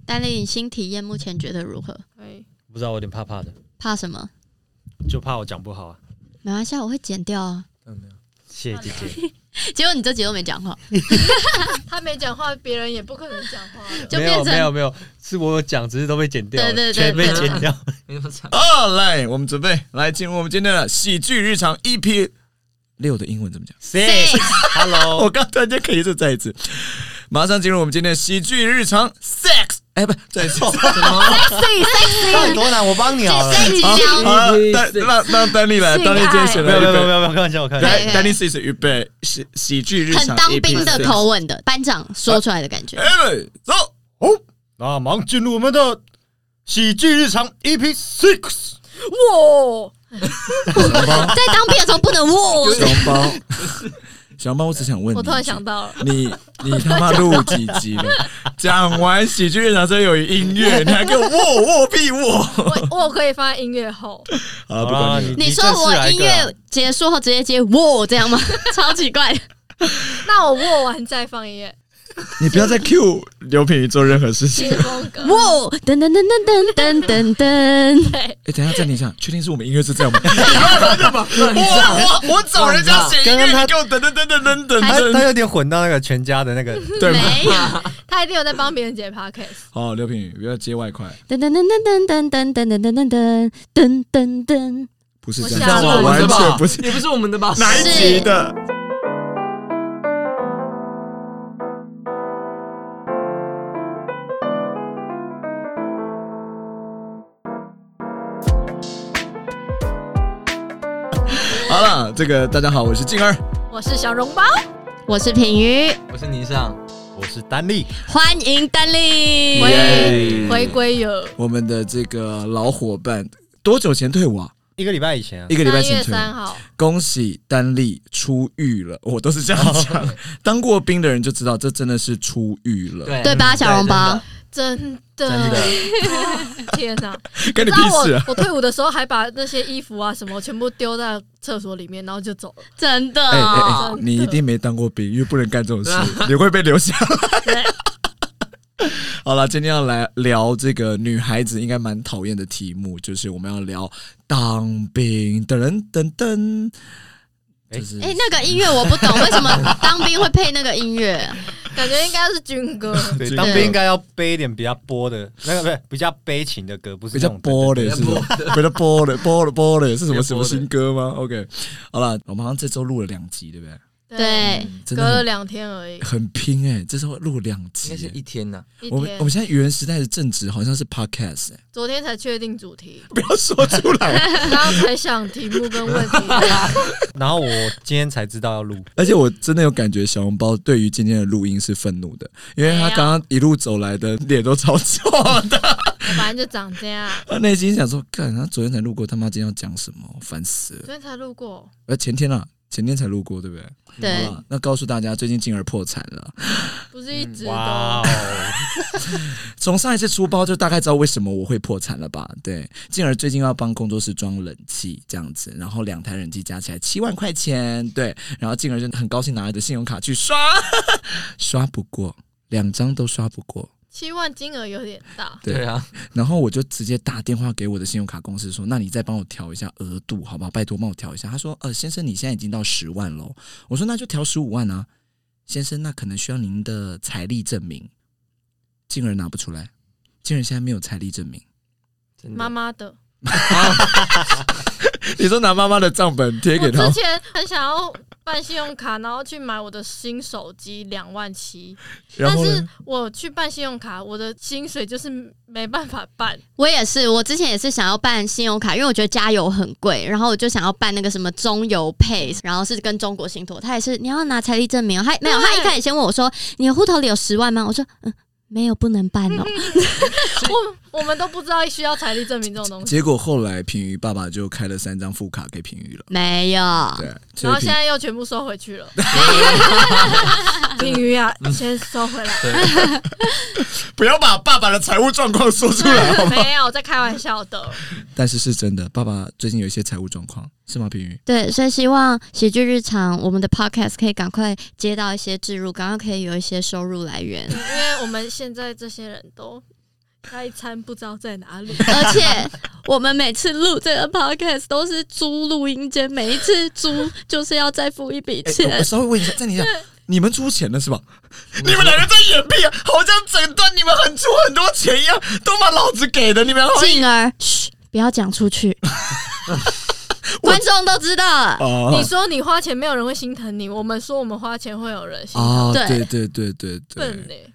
丹丽，你新体验目前觉得如何？ 不知道，我有点怕怕的。 怕什么？ 就怕我讲不好啊。 没关系，我会剪掉啊。 谢谢姐姐。 结果你这集都没讲话， 他没讲话，别人也不可能讲话， 就变成没有，是我有讲，只是都被剪掉了， 对， 全被剪掉。 没那么惨。 来，我们准备来进入我们今天的喜剧日常 EP6的英文怎么讲 ？Hello， 我刚突然间可以再一次，马上进入我们今天的喜剧日常 sex。不，再一次。 什么 sexy， 到底多难？我帮你好了。 好，让丹丽来，丹丽今天选了。 不要，开玩笑， 来，丹丽试一次，预备，喜剧日常， 很当兵的口吻的班长说出来的感觉。 走， 那马上进入我们的喜剧日常 EP6。 哇！ 在当兵的时候不能哇！ 小猫，我只想问你， 我突然想到了， 你他妈录几集了？讲完喜剧日常之后有音乐，你还给我握屁握！ 我可以放在音乐后。 好，不管你说我音乐结束后直接接哇这样吗？超奇怪。 那我握完再放音乐。 你不要再 cue 刘品瑜做任何事情。 哇！噔噔噔噔噔噔噔。 等一下暂停一下，确定是我们音乐是这样吗？我找人家写音乐，你给我等， 他有点混到那个全家的那个， 对吗？ 没有， 他一定有在帮别人接 podcast。 好，刘品瑜不要接外快。 噔噔噔噔噔噔噔噔噔噔噔噔噔， 不是这样，完全不是， 也不是我们的吧？ 哪一集的？好了，这个大家好，我是静儿， 我是小笼包， 我是品瑜， 我是倪尚， 我是丹丽， 欢迎丹丽回归了我们的这个老伙伴。多久前退伍啊 ？1个礼拜以前啊 ，1个礼拜前退伍。 3月3号， 恭喜丹丽出狱了，我都是这样讲。当过兵的人就知道，这真的是出狱了， 对吧？小笼包。 真的，天哪！ 跟你屁事啊！ 我退伍的时候还把那些衣服啊什么全部丢在厕所里面，然后就走了。 真的， 你一定没当过兵，因为不能干这种事，你会被留下来。好了，今天要来聊这个女孩子应该蛮讨厌的题目，就是我们要聊当兵。噔噔噔。 那个音乐我不懂，为什么当兵会配那个音乐？ 感觉应该是军歌。 对，当兵应该要背一点比较波的，那个不是比较悲情的歌，不是比较波的，是吧？比较波的是什么新歌吗 ？OK， 好了，我们好像这周录了2集，对不对？ 对， 隔了2天而已， 很拼这周录2集， 应该是1天呐。 我们现在原时代的正职好像是 podcast， 昨天才确定主题， 不要说出来， 然后才想题目跟问题， 然后我今天才知道要录， 而且我真的有感觉小笼包对于今天的录音是愤怒的，因为他刚刚一路走来的脸都超臭的， 反正就长这样。 他内心想说，干，他昨天才录过，他妈今天要讲什么？烦死了！ 昨天才录过， 前天才录过，对不对？ 对。 那告诉大家，最近静儿破产了， 不是一直的。 哇哦！ 从上一次出包就大概知道为什么我会破产了吧？对，静儿最近要帮工作室装冷气这样子，然后2台冷气加起来7万块钱，对，然后静儿就很高兴拿着信用卡去刷，刷不过，2张都刷不过。 7万金额有点大， 对啊， 然后我就直接打电话给我的信用卡公司说，那你再帮我调一下额度好不好？拜托帮我调一下。他说先生你现在已经到10万了。我说那就调15万啊。先生那可能需要您的财力证明。静儿拿不出来，静儿现在没有财力证明， 妈妈的。 你说拿妈妈的账本贴给他？ 我之前很想要办信用卡，然后去买我的新手机27000，但是我去办信用卡，我的薪水就是没办法办。 我也是，我之前也是想要办信用卡，因为我觉得加油很贵，然后我就想要办那个什么中油配，然后是跟中国信托，他也是你要拿财力证明，没有，他一开始先问我说你的户头里有10万吗？我说没有，不能办哦。 我们都不知道需要财力证明这种东西。 结果后来品瑜爸爸就开了3张副卡给品瑜了， 没有。 对， 然后现在又全部收回去了。品瑜啊，你先收回来。 不要把爸爸的财务状况说出来好吗？ 没有，在开玩笑的。 但是是真的，爸爸最近有一些财务状况，是吗？品瑜？ 对，所以希望喜剧日常我们的 podcast 可以赶快接到一些置入，赶快可以有一些收入来源。 因为我们现在这些人都下一餐不知道在哪里。 而且我们每次录这个 podcast 都是租录音间，每一次租就是要再付一笔钱。 我稍微问一下，暂停一下，你们出钱了是吧？你们两个在演屁啊，好像整段你们出很多钱一样，都把老子给的，你们静儿，嘘，不要讲出去。观众都知道了。 你说你花钱没有人会心疼你，我们说我们花钱会有人心疼。 对， 笨嘞。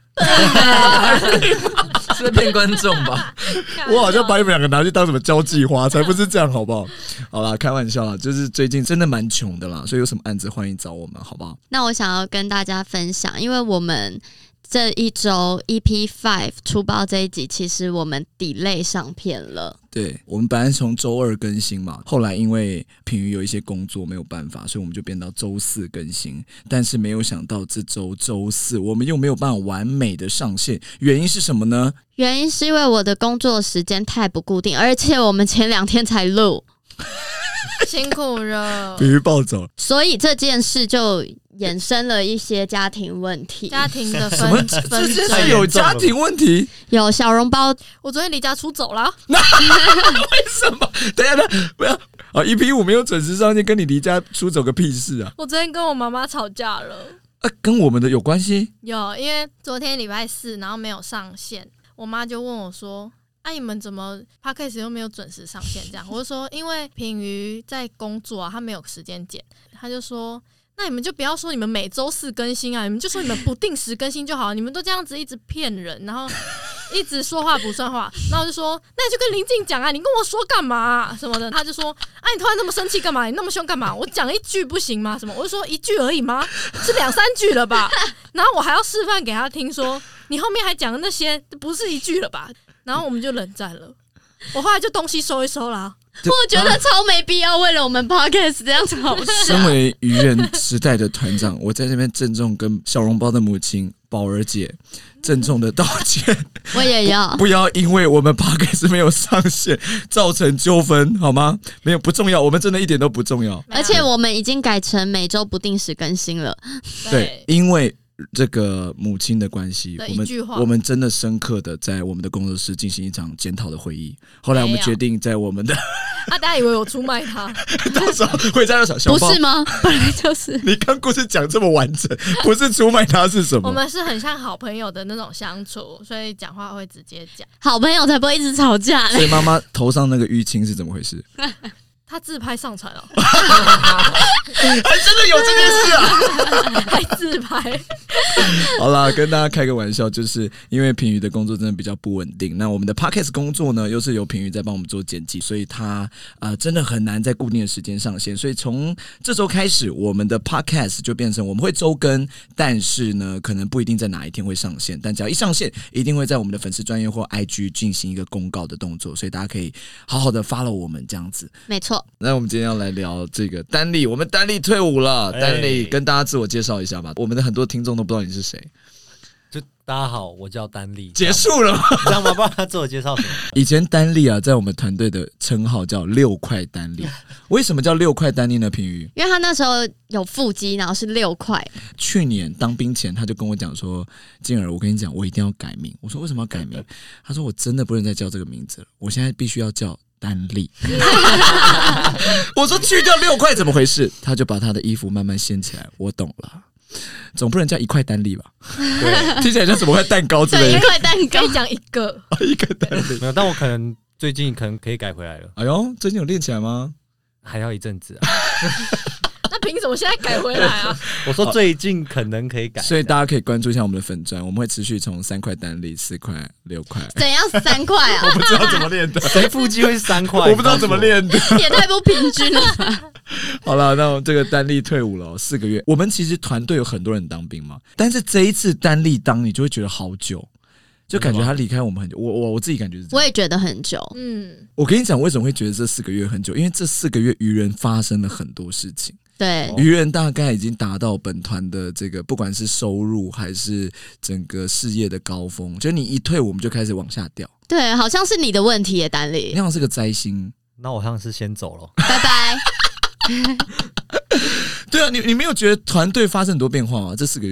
是骗观众吧？ 我好像把你们两个拿去当什么交际花，才不是这样，好不好？好啦，开玩笑啦，就是最近真的蛮穷的啦，所以有什么案子欢迎找我们，好不好？ 那我想要跟大家分享，因为我们这一周 EP5 出包这一集，其实我们 delay 上片了。 对，我们本来从周二更新嘛，后来因为品瑜有一些工作没有办法，所以我们就变到周四更新。但是没有想到这周四我们又没有办法完美的上线，原因是什么呢？ 原因是因为我的工作时间太不固定，而且我们前2天才录， 辛苦了。 品瑜暴走， 所以这件事就衍生了一些家庭问题。 家庭的什么？这件事有家庭问题？ 有小笼包， 我昨天离家出走了。 为什么？等一下，不要啊！EP5没有准时上线，跟你离家出走个屁事啊！ 我昨天跟我妈妈吵架了。 跟我们的有关系？ 有，因为昨天礼拜4，然后没有上线，我妈就问我说：“你们怎么 podcast 又没有准时上线？”这样，我就说：“因为品瑜在工作啊，她没有时间剪。”她就说：“那你们就不要说你们每周4更新啊，你们就说你们不定时更新就好，你们都这样子一直骗人，然后一直说话不算话。”然后我就说：“那你就跟林静讲啊，你跟我说干嘛啊什么的？”他就说：“你突然那么生气干嘛？你那么凶干嘛？我讲1句不行吗？什么？”我就说1句而已吗？是2-3句了吧？然后我还要示范给他听说，你后面还讲的那些不是1句了吧？然后我们就冷战了。我后来就东西收一收啦。 我觉得超没必要为了我们 podcast 这样吵架。 身为愚人时代的团长，我在这边郑重跟小笼包的母亲宝儿姐郑重的道歉。 我也要不要因为我们 podcast 没有上线造成纠纷，好吗？没有，不重要，我们真的一点都不重要。 而且我们已经改成每周不定时更新了。 对，因为这个母亲的关系，我们真的深刻的在我们的工作室进行一场检讨的会议。后来我们决定在我们的大家以为我出卖他， 到时候会在那小不是吗？本来就是。 你刚故事讲这么完整，不是出卖他是什么？ 我们是很像好朋友的那种相处，所以讲话会直接讲。 好朋友才不会一直吵架。 所以妈妈头上那个淤青是怎么回事？ 他自拍上传了。 还真的有这件事啊！ 还自拍。 好啦，跟大家开个玩笑，就是因为品瑜的工作真的比较不稳定，那我们的 podcast 工作呢，又是由品瑜在帮我们做剪辑，所以他真的很难在固定的时间上线。所以从这周开始，我们的 podcast 就变成我们会周更，但是呢，可能不一定在哪一天会上线，但只要一上线，一定会在我们的粉丝专页或 IG 进行一个公告的动作，所以大家可以好好的 follow 我们这样子。 没错。 那我们今天要来聊这个丹丽，我们丹丽退伍了，丹丽跟大家自我介绍一下吧。我们的很多听众都不知道你是谁。 就大家好，我叫丹丽。 结束了吗？ 这样吗？不然他自我介绍什么？ 以前丹丽啊，在我们团队的称号叫6块丹丽。为什么叫6块丹丽呢？品瑜， 因为他那时候有腹肌，然后是6块。 去年当兵前，他就跟我讲说：“静儿，我跟你讲，我一定要改名。”我说：“为什么要改名？”他说：“我真的不能再叫这个名字了，我现在必须要叫丹丽。”我说：“去掉6块怎么回事？”他就把他的衣服慢慢掀起来。我懂了。总不能叫1块丹丽吧？对，听起来像什么块蛋糕之类的。 1块蛋糕， 可以讲1个 ，1个丹丽。 没有，但我可能最近可能可以改回来了。 哎呦，最近有练起来吗？ 还要一阵子啊。 那凭什么现在改回来啊？ 我说最近可能可以改， 所以大家可以关注一下我们的粉专，我们会持续从3块丹丽、4块、6块。 怎样3块啊？ 我不知道怎么练的， 谁腹肌会3块？ 我不知道怎么练的， 也太不平均了吧。 好了，那这个丹丽退伍了4个月。我们其实团队有很多人当兵嘛，但是这一次丹丽当，你就会觉得好久。就感觉他离开我们很久，我自己感觉是这样。 我也觉得很久。 我跟你讲，为什么会觉得这4个月很久？因为这4个月愚人发生了很多事情。 对， 愚人大概已经达到本团的这个，不管是收入还是整个事业的高峰。就你一退，我们就开始往下掉。 对，好像是你的问题耶，丹丽。 你好像是个灾星。 那我好像是先走了。 拜拜。 对啊，你没有觉得团队发生很多变化吗？这4个月，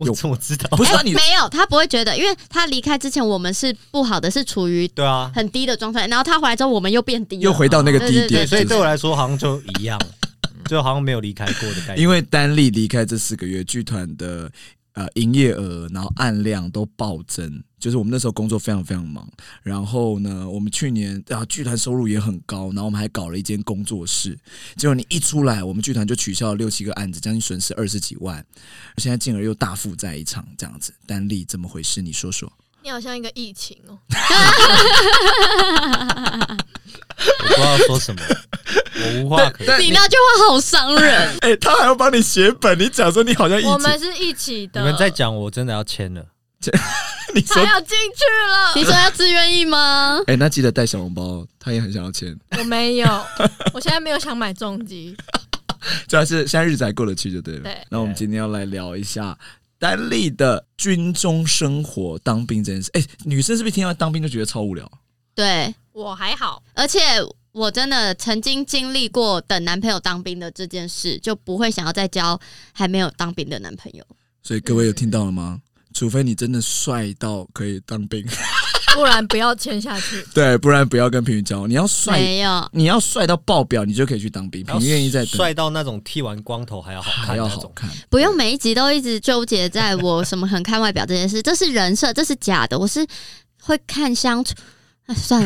我怎么知道？ 不是啊，你没有，他不会觉得，因为他离开之前我们是不好的，是处于对啊， 很低的状态，然后他回来之后我们又变低了， 又回到那个低对点， 所以对我来， 来说好像就一样，就好像没有离开过的概念。 因为丹丽离开这4个月，剧团的营业额，然后案量都暴增，就是我们那时候工作非常非常忙。然后呢，我们去年剧团收入也很高，然后我们还搞了一间工作室。结果你一出来，我们剧团就取消了6、7个案子，将近损失20几万。现在进而又大负债一场，这样子，丹丽怎么回事？你说说。 你好像一个疫情哦。 我不知道说什么，我无话可说。 你那句话好伤人。 他还要帮你写本，你讲说你好像一起， 我们是一起的。 你们在讲，我真的要签了。 你说他要进去了。 你说要自愿意吗？ 那记得带小笼包，他也很想要签。 我没有，我现在没有想买重机。 主要是现在日子还过得去就对了。 对， 那我们今天要来聊一下丹丽的军中生活，当兵这件事。女生是不是听到当兵就觉得超无聊？ 对， 我还好， 而且我真的曾经经历过等男朋友当兵的这件事，就不会想要再交还没有当兵的男朋友。 所以各位有听到了吗？除非你真的帅到可以当兵， 不然不要签下去。 对，不然不要跟平鱼交往。你要帅， 没有， 你要帅到爆表，你就可以去当兵。平鱼愿意再等， 帅到那种剃完光头还要好看， 还要好看。 不用每一集都一直纠结在我什么很看外表这件事，这是人设，这是假的。我是会看相处。算了，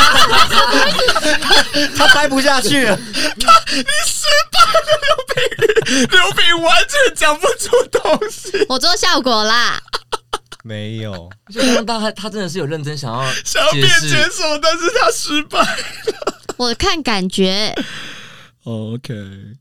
他待不下去了。 你失败了，刘品完全讲不出东西。 我做效果啦。 没有， 就刚刚他真的是有认真想要辩解什么，但是他失败了。 我看感觉。 OK。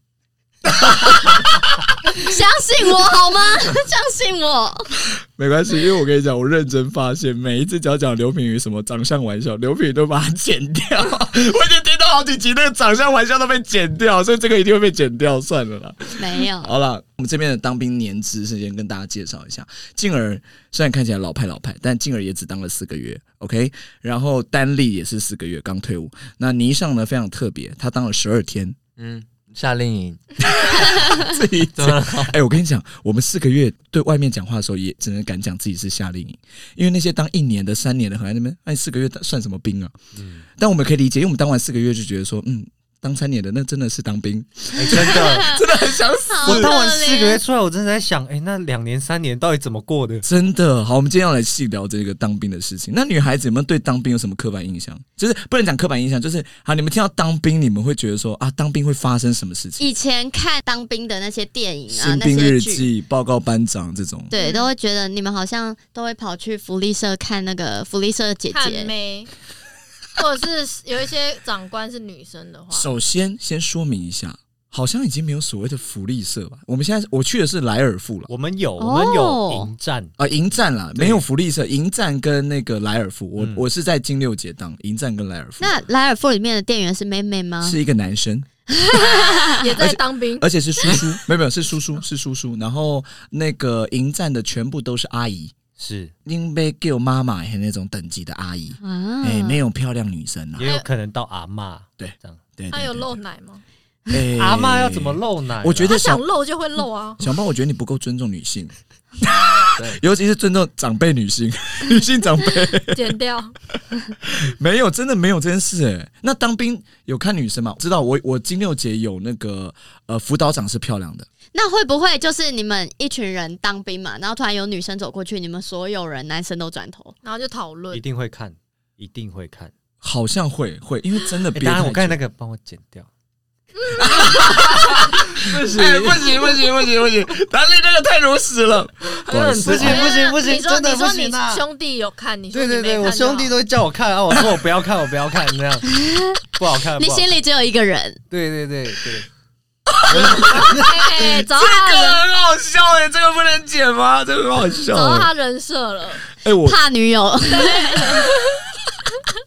相信我好吗？相信我。 没关系，因为我跟你讲，我认真发现，每一次只要讲刘品瑜什么长相玩笑，刘品瑜都把它剪掉。我已经听到好几集那个长相玩笑都被剪掉，所以这个一定会被剪掉，算了啦。 没有。 好啦，我们这边的当兵年资先跟大家介绍一下。静儿虽然看起来老派，但静儿也只当了4个月 ，OK。然后丹丽也是4个月刚退伍。那倪尚呢非常特别，他当了12天。 夏令营， 自己讲。我跟你讲，我们4个月对外面讲话的时候，也只能敢讲自己是夏令营，因为那些当1年的、3年的，很在那边，4个月算什么兵啊？但我们可以理解，因为我们当完4个月就觉得说，当3年的那真的是当兵， 真的真的很想死。 我当完4个月出来，我真的在想，那2年3年到底怎么过的？ 真的好，我们今天要来细聊这个当兵的事情。那女孩子有没有对当兵有什么刻板印象？就是不能讲刻板印象，就是好，你们听到当兵，你们会觉得说当兵会发生什么事情？ 以前看当兵的那些电影啊， 新兵日记、报告班长这种， 对，都会觉得你们好像都会跑去福利社看那个福利社的姐姐。 看妹。或者是有一些长官是女生的话， 首先说明一下，好像已经没有所谓的福利社吧？我去的是莱尔富了， 我们有营站营站啦，没有福利社，营站跟那个莱尔富，我是在金六节当营站跟莱尔富。 那莱尔富里面的店员是妹妹吗？ 是一个男生。 也在当兵， 而且是叔叔，没有是叔叔。然后那个营站的全部都是阿姨。 是因为给我妈妈那种等级的阿姨，没有漂亮女生也有可能到阿嬷， 对， 这样。 对， 她有露奶吗？ 阿嬷要怎么露奶？ 我觉得想露就会露啊。 小猫，我觉得你不够尊重女性，尤其是尊重长辈女性长辈。 剪掉。 没有，真的没有这件事那当兵有看女生吗？知道我金六节有那个辅导长是漂亮的。 那会不会就是你们一群人当兵嘛，然后突然有女生走过去，你们所有人男生都转头， 然后就讨论？ 一定会看， 好像会，因为真的当然我刚才那个帮我剪掉。 不行，丹丽那个太如实了， 不行，真的不行啊！ 你兄弟有看，你说对，我兄弟都叫我看啊，我说我不要看，那样不好看。 你心里只有一个人， 对。 找到他这个很好笑这个不能剪吗？这个很好笑。 找到他人设了， 我怕女友， 怕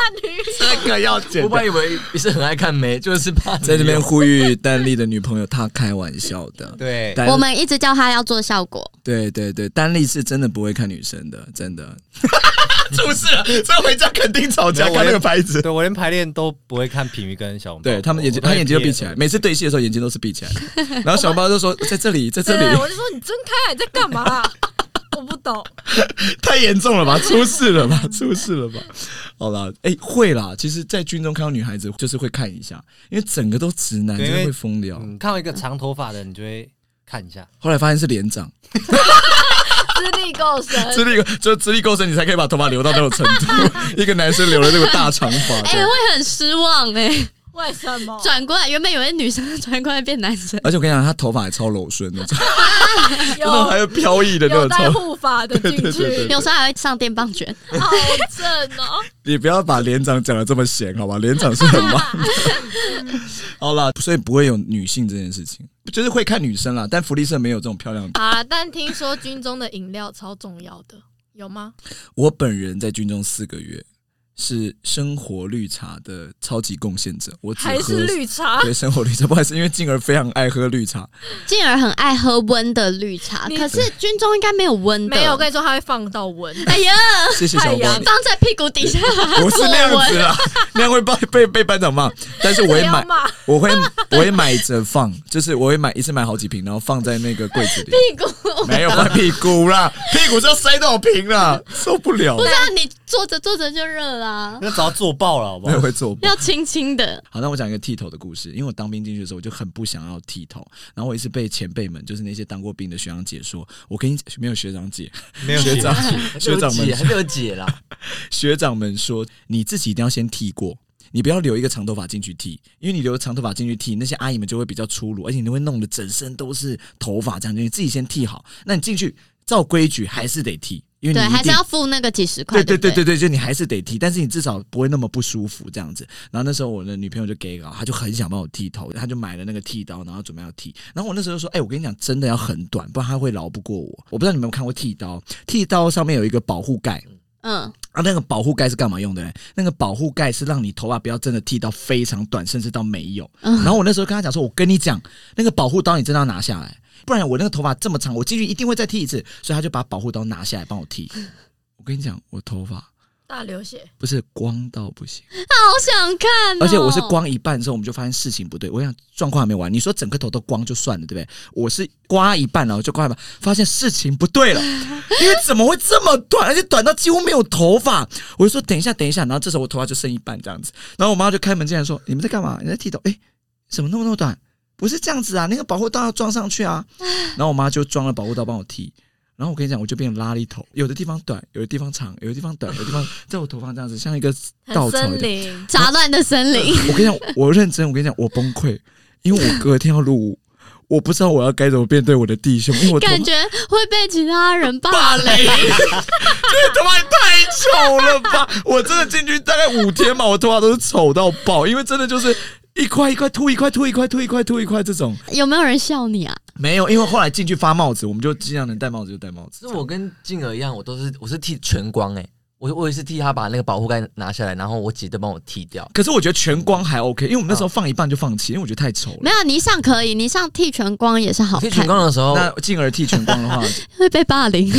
女这个要剪我本来以为你是很爱看妹，就是怕你在这边呼吁丹丽的女朋友，她开玩笑的。 对， 丹我们一直叫他要做效果。 对，丹丽是真的不会看女生的，真的。出事了，这回家肯定吵架。看那个牌子， 对我连排练都不会看品瑜跟小红包， 对他们眼睛，他眼睛就闭起来，每次对戏的时候眼睛都是闭起来的。然后小红包就说在这里，在这里， 我就说你睁开，你在干嘛？我不懂， 太严重了吧？出事了吧？出事了吧？好啦，会啦。其实，在军中看到女孩子，就是会看一下，因为整个都直男，真的会疯掉。 看到一个长头发的，你就会看一下。 后来发现是连长。 资历够深， 资历够深，你才可以把头发留到那种程度。一个男生留了这个大长发， 会很失望为什么？ 转过来，原本以为女生，转过来变男生。 而且我跟你讲，他头发还超柔顺的，那种还有飘逸的那种， 有带护发的进去， 有时候还会上电棒卷， 好正哦！ 你不要把连长讲的这么闲，好吧？连长是很忙的。好啦，所以不会有女性这件事情，就是会看女生啦，但福利社没有这种漂亮的。 啊，但听说军中的饮料超重要的，有吗？ 我本人在军中4个月。是生活绿茶的超级贡献者，我只喝还是绿茶？ 对，生活绿茶，不好意思，因为静儿非常爱喝绿茶， 静儿很爱喝温的绿茶，可是军中应该没有温的。 没有，我跟你说，他会放到温。 哎呀， 谢谢小包， 放在屁股底下， 不是那样子啦，那样会被班长骂。但是我会买，我会买着放，就是我会一次买好几瓶，然后放在那个柜子里。 屁股没有放屁股啦，屁股是要塞多少瓶啦？受不了。 不是啊，你坐着坐着就热啦。 那只要做爆了，好不好？ 会做爆， 要轻轻的。 好，那我讲一个剃头的故事。因为我当兵进去的时候，我就很不想要剃头，然后我一直被前辈们，就是那些当过兵的学长姐说，我跟你没有学长姐， 没有学长们还没有姐啦。 学长们说，你自己一定要先剃过。你不要留一个长头发进去剃，因为你留长头发进去剃，那些阿姨们就会比较粗鲁，而且你会弄得整身都是头发，这样你自己先剃好。那你进去照规矩还是得剃，因为你还是要付那个几十块。 对，就你还是得剃，但是你至少不会那么不舒服这样子。然后那时候我的女朋友就给我，她就很想帮我剃头，她就买了那个剃刀，然后准备要剃。然后我那时候就说：“我跟你讲，真的要很短，不然她会饶不过我。”我不知道你们有没有看过剃刀，剃刀上面有一个保护盖。那个保护盖是干嘛用的呢？那个保护盖是让你头发不要真的剃到非常短，甚至到没有。然后我那时候跟他讲说：“我跟你讲，那个保护刀你真的要拿下来，不然我那个头发这么长，我进去一定会再剃一次。”所以他就把保护刀拿下来帮我剃。我跟你讲，我头发大流血， 不是光到不行， 好想看而且我是光一半的时候，我们就发现事情不对。我想状况还没完，你说整个头都光就算了，对不对？我是刮一半，然后就刮一半，发现事情不对了，因为怎么会这么短，而且短到几乎没有头发。我就说等一下，然后这时候我头发就剩一半这样子，然后我妈就开门进来说：“你们在干嘛？你在剃头？怎么那么短？不是这样子啊，那个保护刀要装上去啊。”然后我妈就装了保护刀帮我剃。然后我跟你讲，我就变成拉力头，有的地方短，有的地方长，有的地方短，有的地方在我头发这样子，像一个稻草一样， 杂乱的森林。 我跟你讲，我认真，我跟你讲，我崩溃，因为我隔天要入伍，我不知道我要该怎么面对我的弟兄，因为我感觉会被其他人霸凌。 这头发也太丑了吧！我真的进去大概5天嘛，我头发都是丑到爆，因为真的就是一块一块秃一块，秃一块，秃一块，秃一块这种。 有没有人笑你啊？ 没有，因为后来进去发帽子，我们就尽量能戴帽子就戴帽子。 是我跟静儿一样，我是剃全光我也是替他把那个保护盖拿下来，然后我姐就帮我剃掉。 可是我觉得全光还 OK， 因为我们那时候放一半就放弃，因为我觉得太丑了。 没有，你上可以，你上剃全光也是好看。 剃全光的时候， 那进而剃全光的话会被霸凌。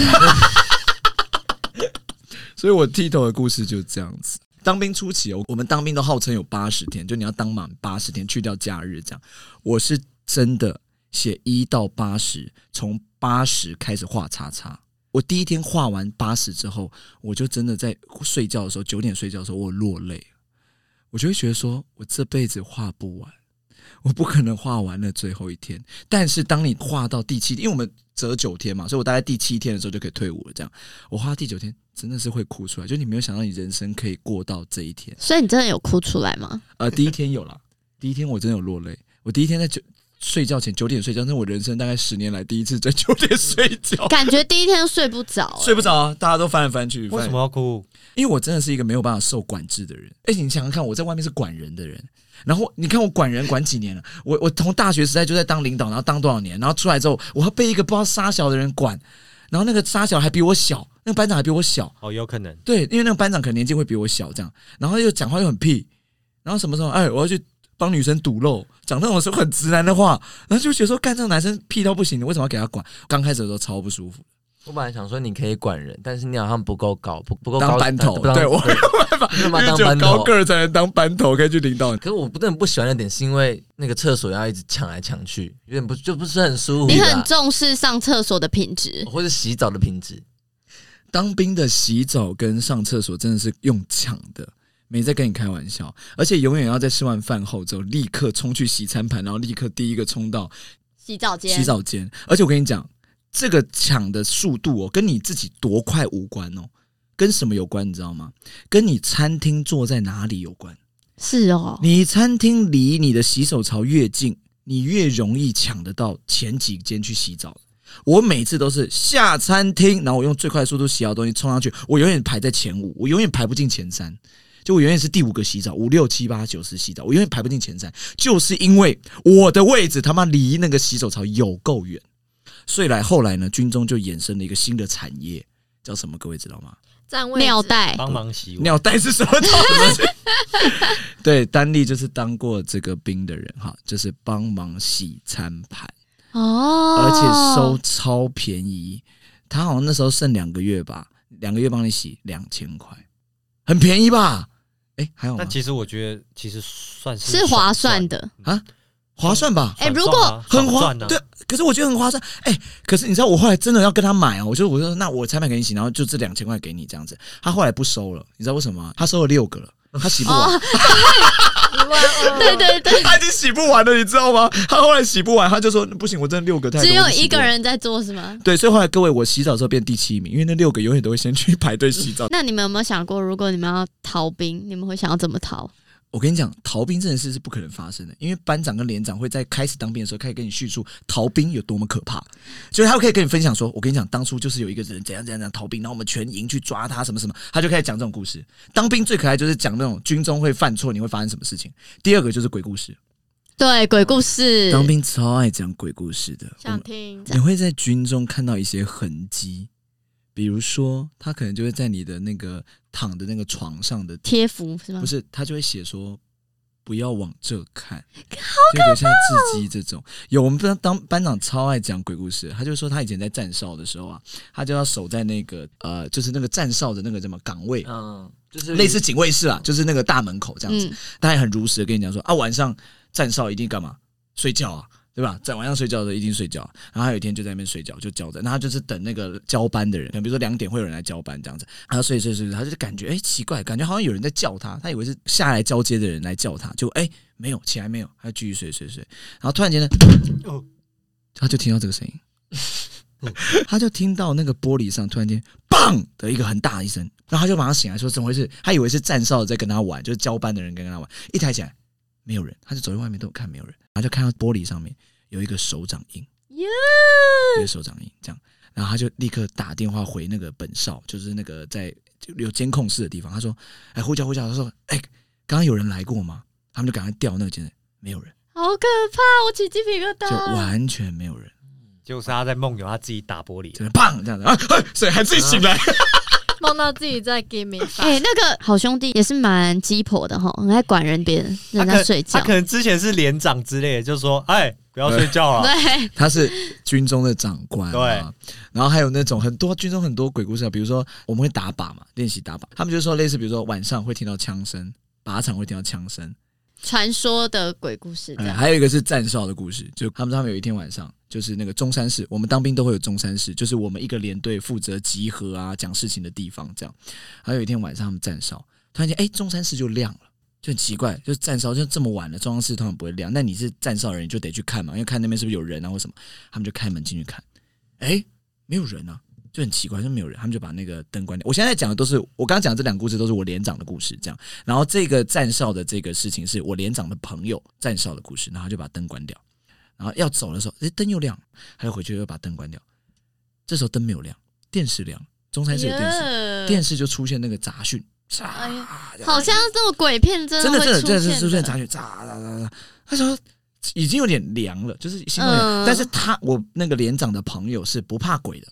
所以我剃头的故事就是这样子。当兵初期，我们当兵都号称有80天，就你要当满80天，去掉假日这样。我是真的写1到80，从80开始画叉叉。我第一天画完80之后，我就真的在睡觉的时候，9点睡觉的时候，我落泪。我就会觉得说，我这辈子画不完，我不可能画完了最后一天。但是当你画到第7天，因为我们折9天嘛，所以我大概第7天的时候就可以退伍了。这样，我画到第9天，真的是会哭出来，就你没有想到你人生可以过到这一天。 所以你真的有哭出来吗？ 第一天有啦，第一天我真的有落泪。我第一天在睡觉前9点睡觉，那是我人生大概10年来第一次在9点睡觉， 感觉第一天睡不着， 睡不着啊，大家都翻来翻去。 为什么要哭？ 因为我真的是一个没有办法受管制的人。你想想看，我在外面是管人的人，然后你看我管人管几年了？我从大学时代就在当领导，然后当多少年，然后出来之后，我要被一个不知道杀小的人管。然后那个沙小还比我小， 那个班长还比我小， 哦，有可能。 对，因为那个班长可能年纪会比我小，这样，然后又讲话又很屁，然后什么时候我要去帮女生堵漏，讲那种是很直男的话，然后就觉得说干这种男生屁到不行，你为什么要给他管？刚开始的时候超不舒服。 我本来想说你可以管人，但是你好像不够高，不够高当班头，对我没有办法， 因为只有高个儿才能当班头，可以去领导。 可是我真的不喜欢的点是因为那个厕所要一直抢来抢去，有点不是很舒服。 你很重视上厕所的品质， 或者洗澡的品质。 当兵的洗澡跟上厕所真的是用抢的，没在跟你开玩笑，而且永远要在吃完饭后之后立刻冲去洗餐盘，然后立刻第一个冲到洗澡间。 而且我跟你讲，这个抢的速度跟你自己多快无关哦，跟什么有关你知道吗？跟你餐厅坐在哪里有关。 是哦， 你餐厅离你的洗手槽越近，你越容易抢得到前几间去洗澡。我每次都是下餐厅，然后我用最快的速度洗好东西冲上去，我永远排在前5，我永远排不进前3，就我永远是第5个洗澡，5、6、7、8、9、10洗澡，我永远排不进前3，就是因为我的位置他妈离那个洗手槽有够远。所以后来呢，军中就衍生了一个新的产业，叫什么？各位知道吗？ 占位置尿袋， 帮忙洗碗。 尿袋是什么东西？对，丹丽就是当过这个兵的人哈，就是帮忙洗餐盘。而且收超便宜，他好像那时候剩2个月吧，2个月帮你洗2000块，很便宜吧？还有吗？ 但其实我觉得其实算是划算的啊，划算吧？ 如果很划算，对，可是我觉得很划算。可是你知道我后来真的要跟他买哦，我说那我餐盘给你洗，然后就这2000块给你这样子，他后来不收了，你知道为什么吗？他收了6个了。他洗不完， 对， 他已经洗不完了，你知道吗？他后来洗不完，他就说不行，我真的6个太多， 只有1个人在做是吗？ 对，所以后来各位，我洗澡的时候变第7名，因为那6个永远都会先去排队洗澡。 那你们有没有想过，如果你们要逃兵，你们会想要怎么逃？ 我跟你讲，逃兵这件事是不可能发生的，因为班长跟连长会在开始当兵的时候开始跟你叙述逃兵有多么可怕，所以他可以跟你分享说，我跟你讲，当初就是有一个人怎样逃兵，然后我们全营去抓他什么什么，他就开始讲这种故事。当兵最可爱就是讲那种军中会犯错，你会发生什么事情。第二个就是鬼故事， 对，鬼故事， 当兵超爱讲鬼故事的， 想听。 你会在军中看到一些痕迹。比如说，他可能就会在你的那个躺的那个床上的贴符是吗？ 不是，他就会写说不要往这看， 好可怕就像字迹这种。有我们当班长超爱讲鬼故事，他就说他以前在站哨的时候啊，他就要守在那个就是那个站哨的那个什么岗位，就是类似警卫室啊，就是那个大门口这样子。他也很如实的跟你讲说晚上站哨一定干嘛？睡觉啊。对吧？在晚上睡觉的时候一定睡觉，然后他有一天就在那边睡觉，就交着。那他就是等那个交班的人，比如说2点会有人来交班这样子，然后睡，他就感觉奇怪，感觉好像有人在叫他，他以为是下来交接的人来叫他，就没有，起来没有，他就继续睡，然后突然间呢，他就听到这个声音，他就听到那个玻璃上突然间砰的一个很大的一声，然后他就马上醒来说怎么回事？他以为是站哨在跟他玩，就是交班的人跟他玩，一抬起来没有人，他就走在外面都有看没有人，然后就看到玻璃上面有一个手掌印，一个手掌印这样，然后他就立刻打电话回那个本哨，就是那个在有监控室的地方，他说呼叫，他说刚刚有人来过吗？他们就赶快调那个监视，没有人， 好可怕，我起鸡皮疙瘩， 就完全没有人， 就是他在梦游，他自己打玻璃， 砰这样子所以还自己醒来。 梦到自己在 give me five。 那个好兄弟也是蛮鸡婆的哈，很爱管人家睡觉。 他可能之前是连长之类的，就说不要睡觉了。 对， 他是军中的长官。 对， 然后还有那种很多军中很多鬼故事，比如说我们会打靶嘛，练习打靶，他们就说类似，比如说晚上会听到枪声，靶场会听到枪声。 传说的鬼故事这样， 还有一个是站哨的故事，就他们有一天晚上，就是那个中山市，我们当兵都会有中山市，就是我们一个连队负责集合啊、讲事情的地方这样。还有一天晚上他们站哨，突然间中山市就亮了，就很奇怪，就是站哨就这么晚了，中山市通常不会亮，那你是站哨的人你就得去看嘛，因为看那边是不是有人啊或什么，他们就开门进去看，没有人啊。就很奇怪，就没有人，他们就把那个灯关掉。我现在讲的都是我刚刚讲的这2个故事，都是我连长的故事，这样。然后这个站哨的这个事情是我连长的朋友站哨的故事，然后就把灯关掉。然后要走的时候，灯又亮，他又回去又把灯关掉。这时候灯没有亮，电视亮，中山市有电视，电视就出现那个杂讯， 好像这种鬼片真的是出现杂讯，他说已经有点凉了，就是心有点，但是我那个连长的朋友是不怕鬼的。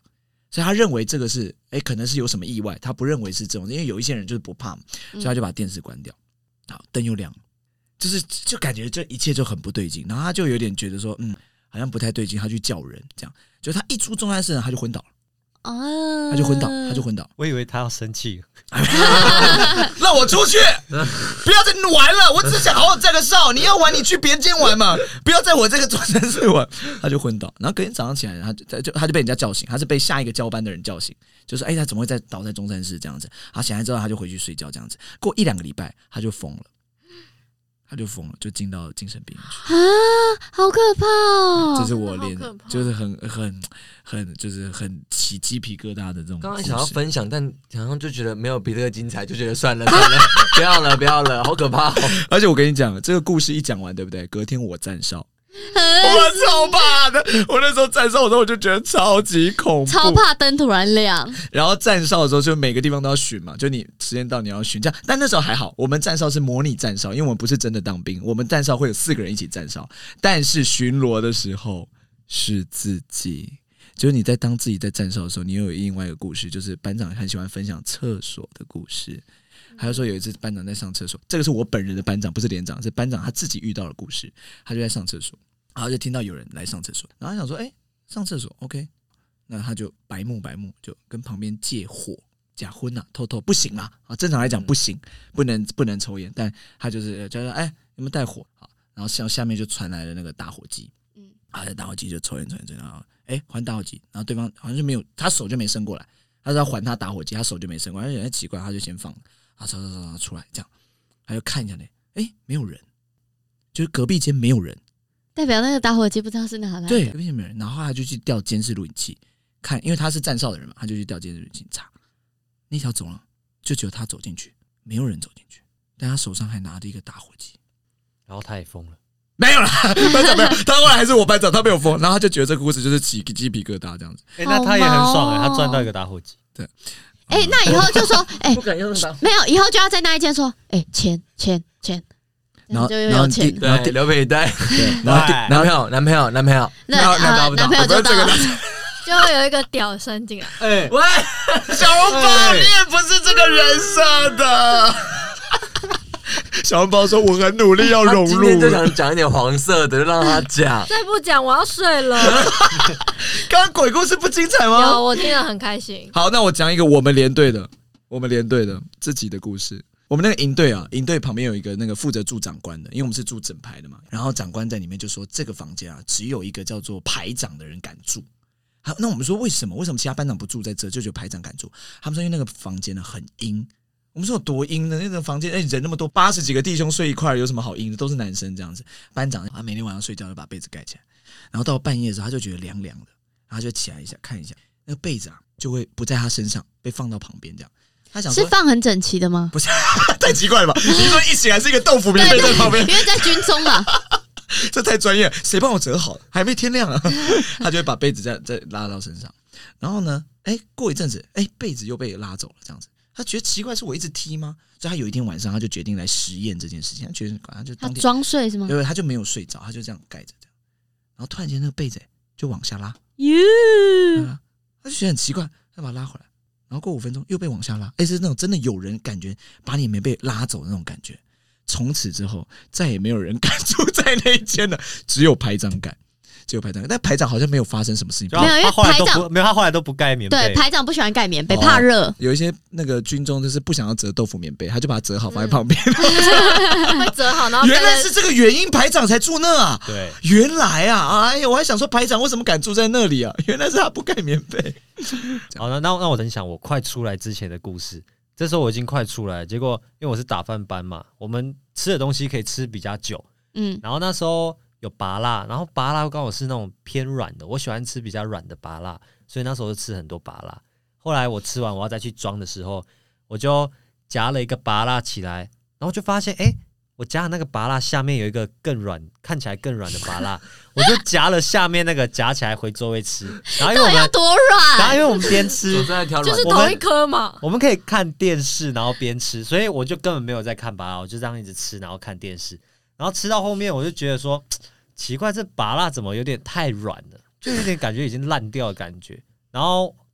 所以他认为这个是可能是有什么意外，他不认为是这种，因为有一些人就是不怕嘛，所以他就把电视关掉，好，灯又亮，就感觉这一切就很不对劲，然后他就有点觉得说好像不太对劲，他去叫人，这样就他一出中山市他就昏倒了。他就昏倒。 我以为他要生气， 让我出去，不要再玩了，我只想好好站个哨。你要玩，你去别间玩嘛，不要在我这个中山市玩。他就昏倒，然后隔天早上起来，他就被人家叫醒，他是被下一个交班的人叫醒，就是他怎么会再倒在中山市这样子？他醒来之后，他就回去睡觉这样子。过1-2个礼拜，他就疯了。就进到精神病院去啊，好可怕哦！ 这是我就是很就是很起鸡皮疙瘩的这种。 刚刚想要分享，但好像就觉得没有比这个精彩，就觉得算了，不要了，好可怕哦！ 而且我跟你讲，这个故事一讲完，对不对？隔天我站哨。我超怕的，我那时候站哨的时候我就觉得超级恐怖， 超怕灯突然亮。 然后站哨的时候就每个地方都要巡嘛，就你时间到你要巡这样。但那时候还好，我们站哨是模拟站哨，因为我们不是真的当兵，我们站哨会有4个人一起站哨。但是巡逻的时候是自己，就是你在当自己在站哨的时候，你又有另外一个故事，就是班长很喜欢分享厕所的故事。还有说有一次班长在上厕所，这个是我本人的班长，不是连长，是班长他自己遇到的故事。他就在上厕所，然后就听到有人来上厕所，然后他想说上厕所 OK， 那他就白目就跟旁边借火假婚啊，偷不行啊，正常来讲不行，不能抽烟，但他就是叫说有没有带火啊？然后下面就传来了那个打火机，打火机就抽烟，然后还打火机，然后对方好像就没有，他手就没伸过来，他说要还他打火机，他手就没伸过来，有点奇怪，他就先放了。抽出来，这样，他就看一下没有人，就是隔壁间没有人， 代表那个打火机不知道是哪来的。 对，隔壁间没有人，然后他就去调监视录影器看，因为他是站哨的人嘛，他就去调监视录影器查，那条走廊就只有他走进去，没有人走进去，但他手上还拿着一个打火机， 然后他也疯了。 没有啦，班长没有，他后来还是我班长，他没有疯，然后他就觉得这个故事就是起鸡皮疙瘩这样子。 那他也很爽他赚到一个打火机。 对。 那以后就说， 不敢用打， 没有，以后就要在那一间说，钱， 然后就又有钱， 对，刘培带， 然后男朋友男朋友就到了， 就会有一个屌声进来。 喂， 小笼包，你也不是这个人设的。小笼包说：“我很努力要融入。” 今天就想讲一点黄色的，就让他讲。 再不讲我要睡了。 刚刚鬼故事不精彩吗？ 有，我听得很开心。 好，那我讲一个我们连队的自己的故事。我们那个营队啊，营队旁边有一个那个负责住长官的，因为我们是住整排的嘛。然后长官在里面就说，这个房间啊，只有一个叫做排长的人敢住。好，那我们说为什么？为什么其他班长不住在这，就只有排长敢住？他们说因为那个房间呢很阴。我们说有多阴的那种房间，人那么多，80几个弟兄睡一块，有什么好阴的？都是男生这样子。班长他每天晚上睡觉就把被子盖起来，然后到半夜的时候他就觉得凉凉的，然后他就起来一下看一下，那个被子啊就会不在他身上，被放到旁边这样。他想说是放很整齐的吗？ 不是，太奇怪了吧？你说一起来是一个豆腐棉被在旁边， 因为在军中嘛。 这太专业，谁帮我折好了？还没天亮啊！他就会把被子再拉到身上，然后呢，过一阵子，被子又被拉走了，这样子。他觉得奇怪，是我一直踢吗？所以他有一天晚上，他就决定来实验这件事情。他觉得，他就当天装睡是吗？ 对，他就没有睡着，他就这样盖着这样。然后突然间，那个被子就往下拉，他就觉得很奇怪，他把它拉回来。然后过5分钟又被往下拉，是那种真的有人感觉把你棉被拉走的那种感觉。从此之后，再也没有人敢住在那一间了，只有排长敢。但排长好像没有发生什么事情， 没有，因为排长他后来都不盖棉被。 对，排长不喜欢盖棉被，怕热。 有一些那个军中就是不想要折豆腐棉被，他就把它折好放在旁边， 会折好，然后原来是这个原因，排长才住那啊。 对， 原来啊，哎呀，我还想说排长为什么敢住在那里啊？原来是他不盖棉被。 好，那我分享我快出来之前的故事。这时候我已经快出来了，结果因为我是打饭班嘛，我们吃的东西可以吃比较久，然后那时候有芭乐，然后芭乐刚好是那种偏软的，我喜欢吃比较软的芭乐，所以那时候就吃很多芭乐。后来我吃完我要再去装的时候，我就夹了一个芭乐起来，然后就发现我夹的那个芭乐下面有一个更软，看起来更软的芭乐，我就夹了下面那个夹起来回座位吃。然后因为我们要多软， 然后因为我们边吃就是同一颗嘛， 我们可以看电视然后边吃，所以我就根本没有在看芭乐，我就这样一直吃然后看电视，然后吃到后面我就觉得说奇怪，这芭乐怎么有点太软了，就有点感觉已经烂掉的感觉。然后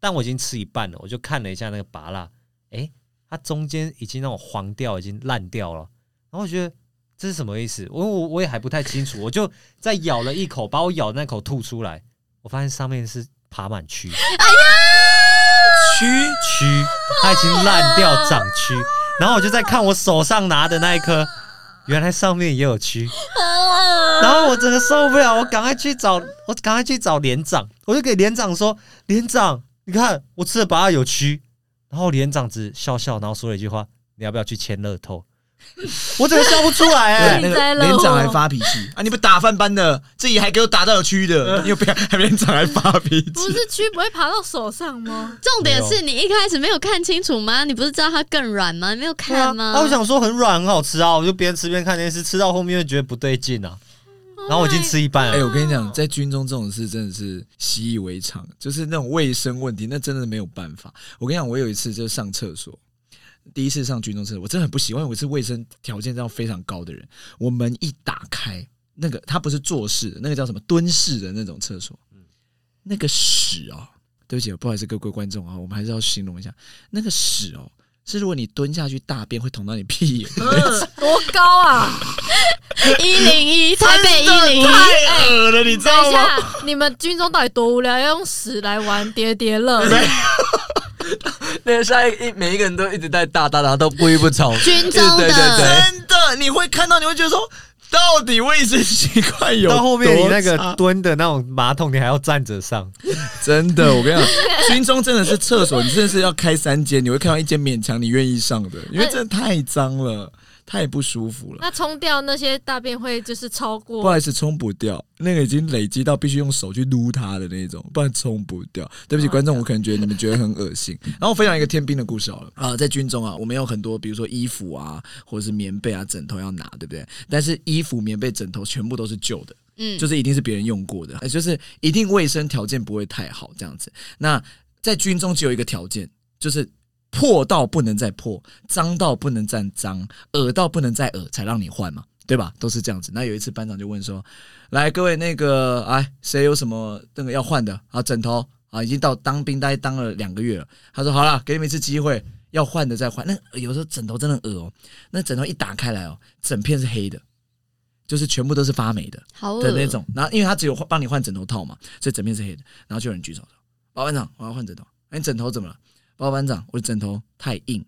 但我已经吃一半了，我就看了一下那个芭乐，它中间已经那种黄掉，已经烂掉了。然后我觉得这是什么意思？我也还不太清楚，我就再咬了一口，把我咬的那口吐出来，我发现上面是爬满蛆。哎呀，蛆，它已经烂掉长蛆。然后我就在看我手上拿的那一颗，原来上面也有蛆。然后我真的受不了，我赶快去找连长，我就给连长说：“连长，你看我吃的芭乐有蛆。”然后连长只笑笑，然后说了一句话：“你要不要去签乐透？”我真的笑不出来那个连长还发脾气啊！你不打饭班的，自己还给我打到有蛆的，你有不要？连长还发脾气， 不是蛆不会爬到手上吗？ 重点是你一开始没有看清楚吗？你不是知道它更软吗？你没有看吗？ 我想说很软很好吃啊，我就边吃边看电视，吃到后面就觉得不对劲啊。然后我已经吃一半了。 我跟你讲，在军中这种事真的是习以为常，就是那种卫生问题，那真的没有办法。我跟你讲，我有一次就上厕所。第一次上军中厕所，我真的很不喜欢。我是卫生条件这样非常高的人，我门一打开，那个它不是坐式的，那个叫什么蹲式的那种厕所，那个屎哦，对不起，不好意思各位观众啊，我们还是要形容一下，那个屎哦，是如果你蹲下去大便会捅到你屁眼， 多高啊 ？101台北101， 太恶了，你知道吗？ 等一下，你们军中到底多无聊，要用屎来玩叠叠乐？ 那个每一个人都一直在大，然后都故意不吵。 军中的真的，你会看到，你会觉得说，到底卫生习惯有多差？ 到后面你那个蹲的那种马桶，你还要站着上。 真的，我跟你讲，军中真的是厕所，你真的是要开3间，你会看到1间勉强你愿意上的，因为真的太脏了。太不舒服了。 那冲掉那些大便会就是超过？ 不好意思，冲不掉，那个已经累积到必须用手去撸它的那种，不然冲不掉。对不起，观众，我可能觉得你们觉得很恶心。然后我分享一个天兵的故事好了啊，在军中啊，我们有很多，比如说衣服啊，或者是棉被啊、枕头要拿，对不对？但是衣服、棉被、枕头全部都是旧的，就是一定是别人用过的，就是一定卫生条件不会太好这样子。那在军中只有一个条件，就是破到不能再破，脏到不能再脏，恶到不能再恶，才让你换嘛，对吧？都是这样子。那有一次班长就问说：“来，各位那个，谁有什么那个要换的啊？枕头啊，已经到当兵，大概当了2个月了。”他说：“好了，给你们一次机会，要换的再换。”那有时候枕头真的恶哦，那枕头一打开来哦，整片是黑的，就是全部都是发霉的那种。然后因为他只有帮你换枕头套嘛，所以整片是黑的。然后就有人举手说：“报班长，我要换枕头。”你枕头怎么了？报班长，我的枕头太硬。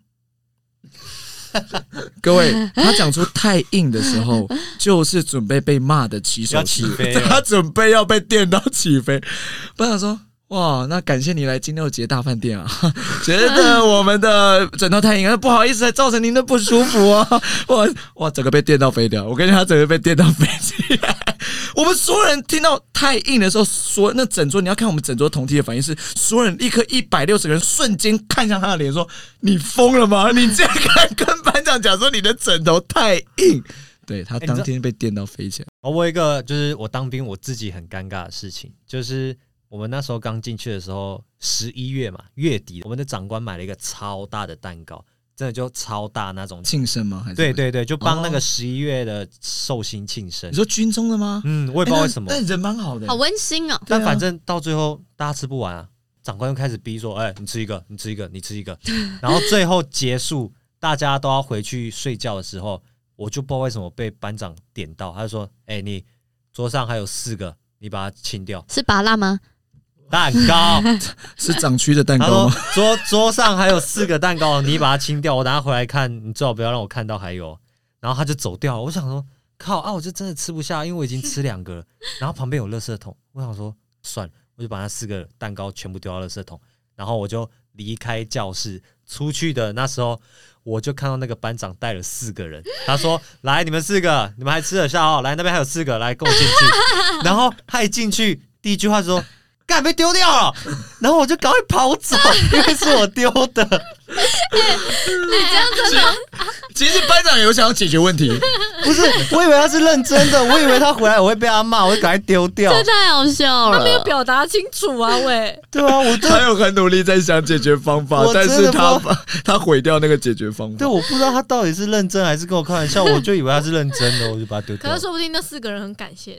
各位，他讲出太硬的时候，就是准备被骂的起手式，他准备要被电到起飞。班长说：“哇，那感谢你来金六节大饭店啊，觉得我们的枕头太硬，不好意思，造成您的不舒服啊。”哇，整个被电到飞掉。我跟你讲，他整个被电到飞起来。我们所有人听到太硬的时候，那整桌你要看我们整桌同梯的反应是，所有人立刻160个人瞬间看向他的脸说：“你疯了吗？你这样跟班长讲说你的枕头太硬。”对，他当天被电到飞起来。 我有一个就是我当兵我自己很尴尬的事情，就是我们那时候刚进去的时候，11月嘛，月底，我们的长官买了一个超大的蛋糕。真的就超大那种庆生吗？还是对对对，就帮那个11月的寿星庆生。 你说军中的吗？ 我也不知道为什么。 但人蛮好的， 好温馨哦。 但反正到最后大家吃不完啊，长官又开始逼说：“你吃一个，你吃一个，你吃一个。”然后最后结束，大家都要回去睡觉的时候，我就不知道为什么被班长点到，他就说：“你桌上还有4个，你把它清掉。” 是芭乐吗？ 蛋糕是长蛆的蛋糕吗？ 桌上还有4个蛋糕，你把它清掉，我等下回来看，你最好不要让我看到还有。然后他就走掉了。我想说，靠啊，我就真的吃不下，因为我已经吃2个了。然后旁边有垃圾桶，我想说算了，我就把那4个蛋糕全部丢到垃圾桶，然后我就离开教室出去的。那时候我就看到那个班长带了4个人，他说：“来，你们4个，你们还吃得下哦，来那边还有4个，来跟我进去。”然后他一进去，第一句话就说：“干，被丢掉了。”然后我就赶快跑走，因为是我丢的。 你这样真的， 其实班长有想要解决问题， 不是，我以为他是认真的，我以为他回来我会被他骂，我就赶快丢掉。 这太好笑了， 他没有表达清楚啊，喂。 对啊， 他有很努力在想解决方法，但是他毁掉那个解决方法。 对，我不知道他到底是认真还是跟我开玩笑，我就以为他是认真的，我就把他丢掉。 可是说不定那4个人很感谢你。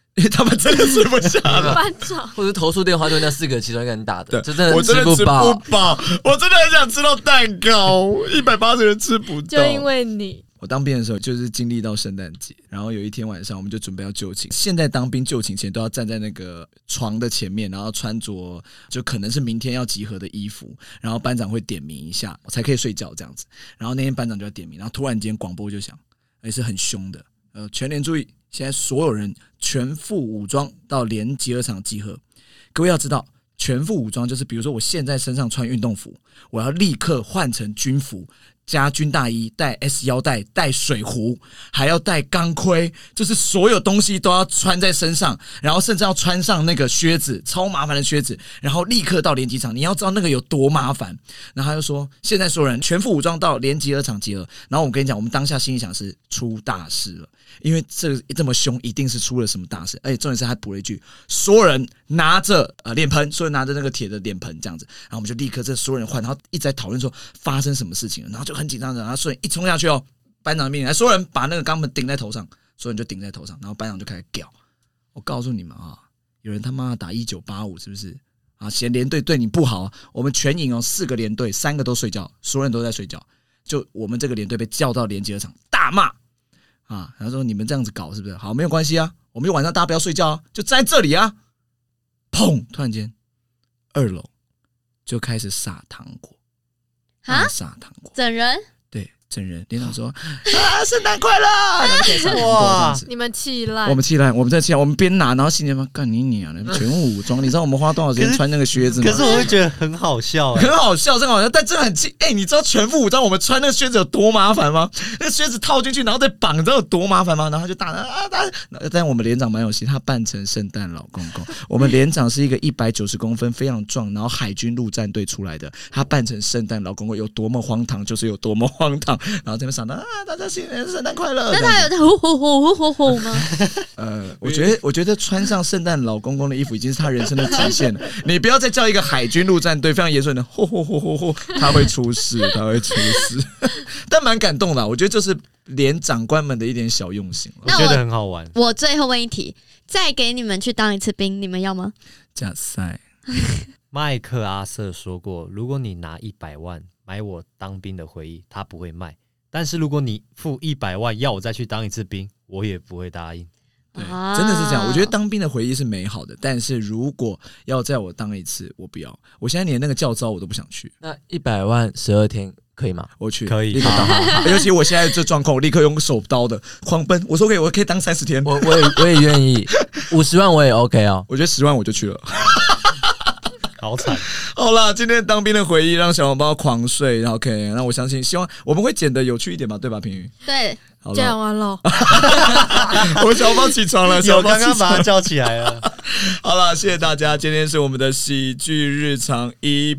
因为他们真的吃不下了。 班长， 或者投诉电话就那4个其中一个人打的， 对， 就真的我真的吃不饱。 我真的很想吃到蛋糕，180人吃不到。 就因为你。 我当兵的时候就是经历到圣诞节，然后有一天晚上我们就准备要就寝。现在当兵就寝前都要站在那个床的前面，然后穿着就可能是明天要集合的衣服，然后班长会点名一下，我才可以睡觉这样子。然后那天班长就要点名，然后突然间广播就响，也是很凶的，全连注意，现在所有人全副武装到连集合场集合。各位要知道，全副武装就是比如说我现在身上穿运动服，我要立刻换成军服。加军大衣，带 S 腰带，带水壶，还要带钢盔，就是所有东西都要穿在身上，然后甚至要穿上那个靴子，超麻烦的靴子，然后立刻到连集场。你要知道那个有多麻烦。然后他就说，现在所有人全副武装到连集合场集合。然后我跟你讲，我们当下心里想是出大事了，因为这么凶，一定是出了什么大事。而且重点是还补了一句，所有人拿着脸盆，所有人拿着那个铁的脸盆这样子。然后我们就立刻所有人换，然后一直在讨论说发生什么事情了，然后就很紧张的，然后所有人一冲下去哦，班长的命令，所有人把那个钢盆顶在头上，所有人就顶在头上，然后班长就开始叫。我告诉你们啊，有人他妈打1985是不是啊？嫌连队对你不好，我们全营4个连队，3个都睡觉，所有人都在睡觉，就我们这个连队被叫到连集合场大骂啊！然后说你们这样子搞是不是？好，没有关系啊，我们就晚上大家不要睡觉啊，就站在这里啊。砰！突然间，2楼就开始撒糖果。 啊！ 撒糖果， 整人对整人。连长说啊，圣诞快乐！哇， 你们气烂， 我们气烂，我们在气烂，我们边拿，然后心里面干你娘的，全副武装。你知道我们花多少时间穿那个靴子吗？ 可是我会觉得很好笑， 很好笑，真好笑，但真的很气。你知道全副武装我们穿那个靴子有多麻烦吗？那个靴子套进去，然后再绑，你知道有多麻烦吗？然后就打但我们连长蛮有心，他扮成圣诞老公公。我们连长是一个190公分，非常壮，然后海军陆战队出来的，他扮成圣诞老公公，有多么荒唐就是有多么荒唐。然后在那边想到大家新年圣诞快乐。 那他有呼吗？ 我觉得穿上圣诞老公公的衣服已经是他人生的极限了。你不要再叫一个海军陆战队非常严肃的他会出事，他会出事。但蛮感动的，我觉得就是连长官们的一点小用心， 我觉得很好玩。 我最后问一题，再给你们去当一次兵，你们要吗？ 加赛。 麦克阿瑟说过，如果你拿100万买我当兵的回忆，他不会卖。但是如果你付100万要我再去当一次兵，我也不会答应。 对，真的是这样。我觉得当兵的回忆是美好的，但是如果要再我当一次，我不要。我现在连那个教召我都不想去。 那100万12天可以吗？ 我去， 可以， 立刻当。尤其我现在这状况，我立刻用手刀的狂奔。我说我可以当30天， 我也愿意。50万我也 OK 哦。 我觉得10万我就去了。 好惨。 好啦，今天当兵的回忆让小笼包狂睡 OK， 那我相信希望我们会剪得有趣一点吧，对吧平宇？ 对， 讲完了。 我小笼包起床了， 有刚刚把他叫起来了。 好了，谢谢大家，今天是我们的喜剧日常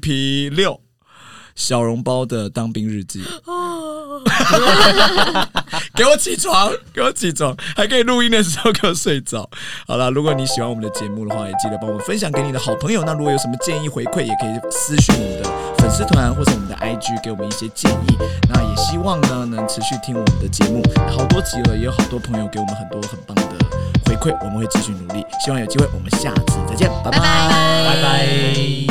EP6， 小笼包的当兵日记。给我起床，给我起床，还可以录音的时候给我睡着。好啦，如果你喜欢我们的节目的话，也记得帮我们分享给你的好朋友。那如果有什么建议回馈，也可以私讯我们的粉丝团或者我们的 IG 给我们一些建议。那也希望呢能持续听我们的节目，好多集了，也有好多朋友给我们很多很棒的回馈，我们会继续努力。希望有机会我们下次再见，拜拜， 拜拜。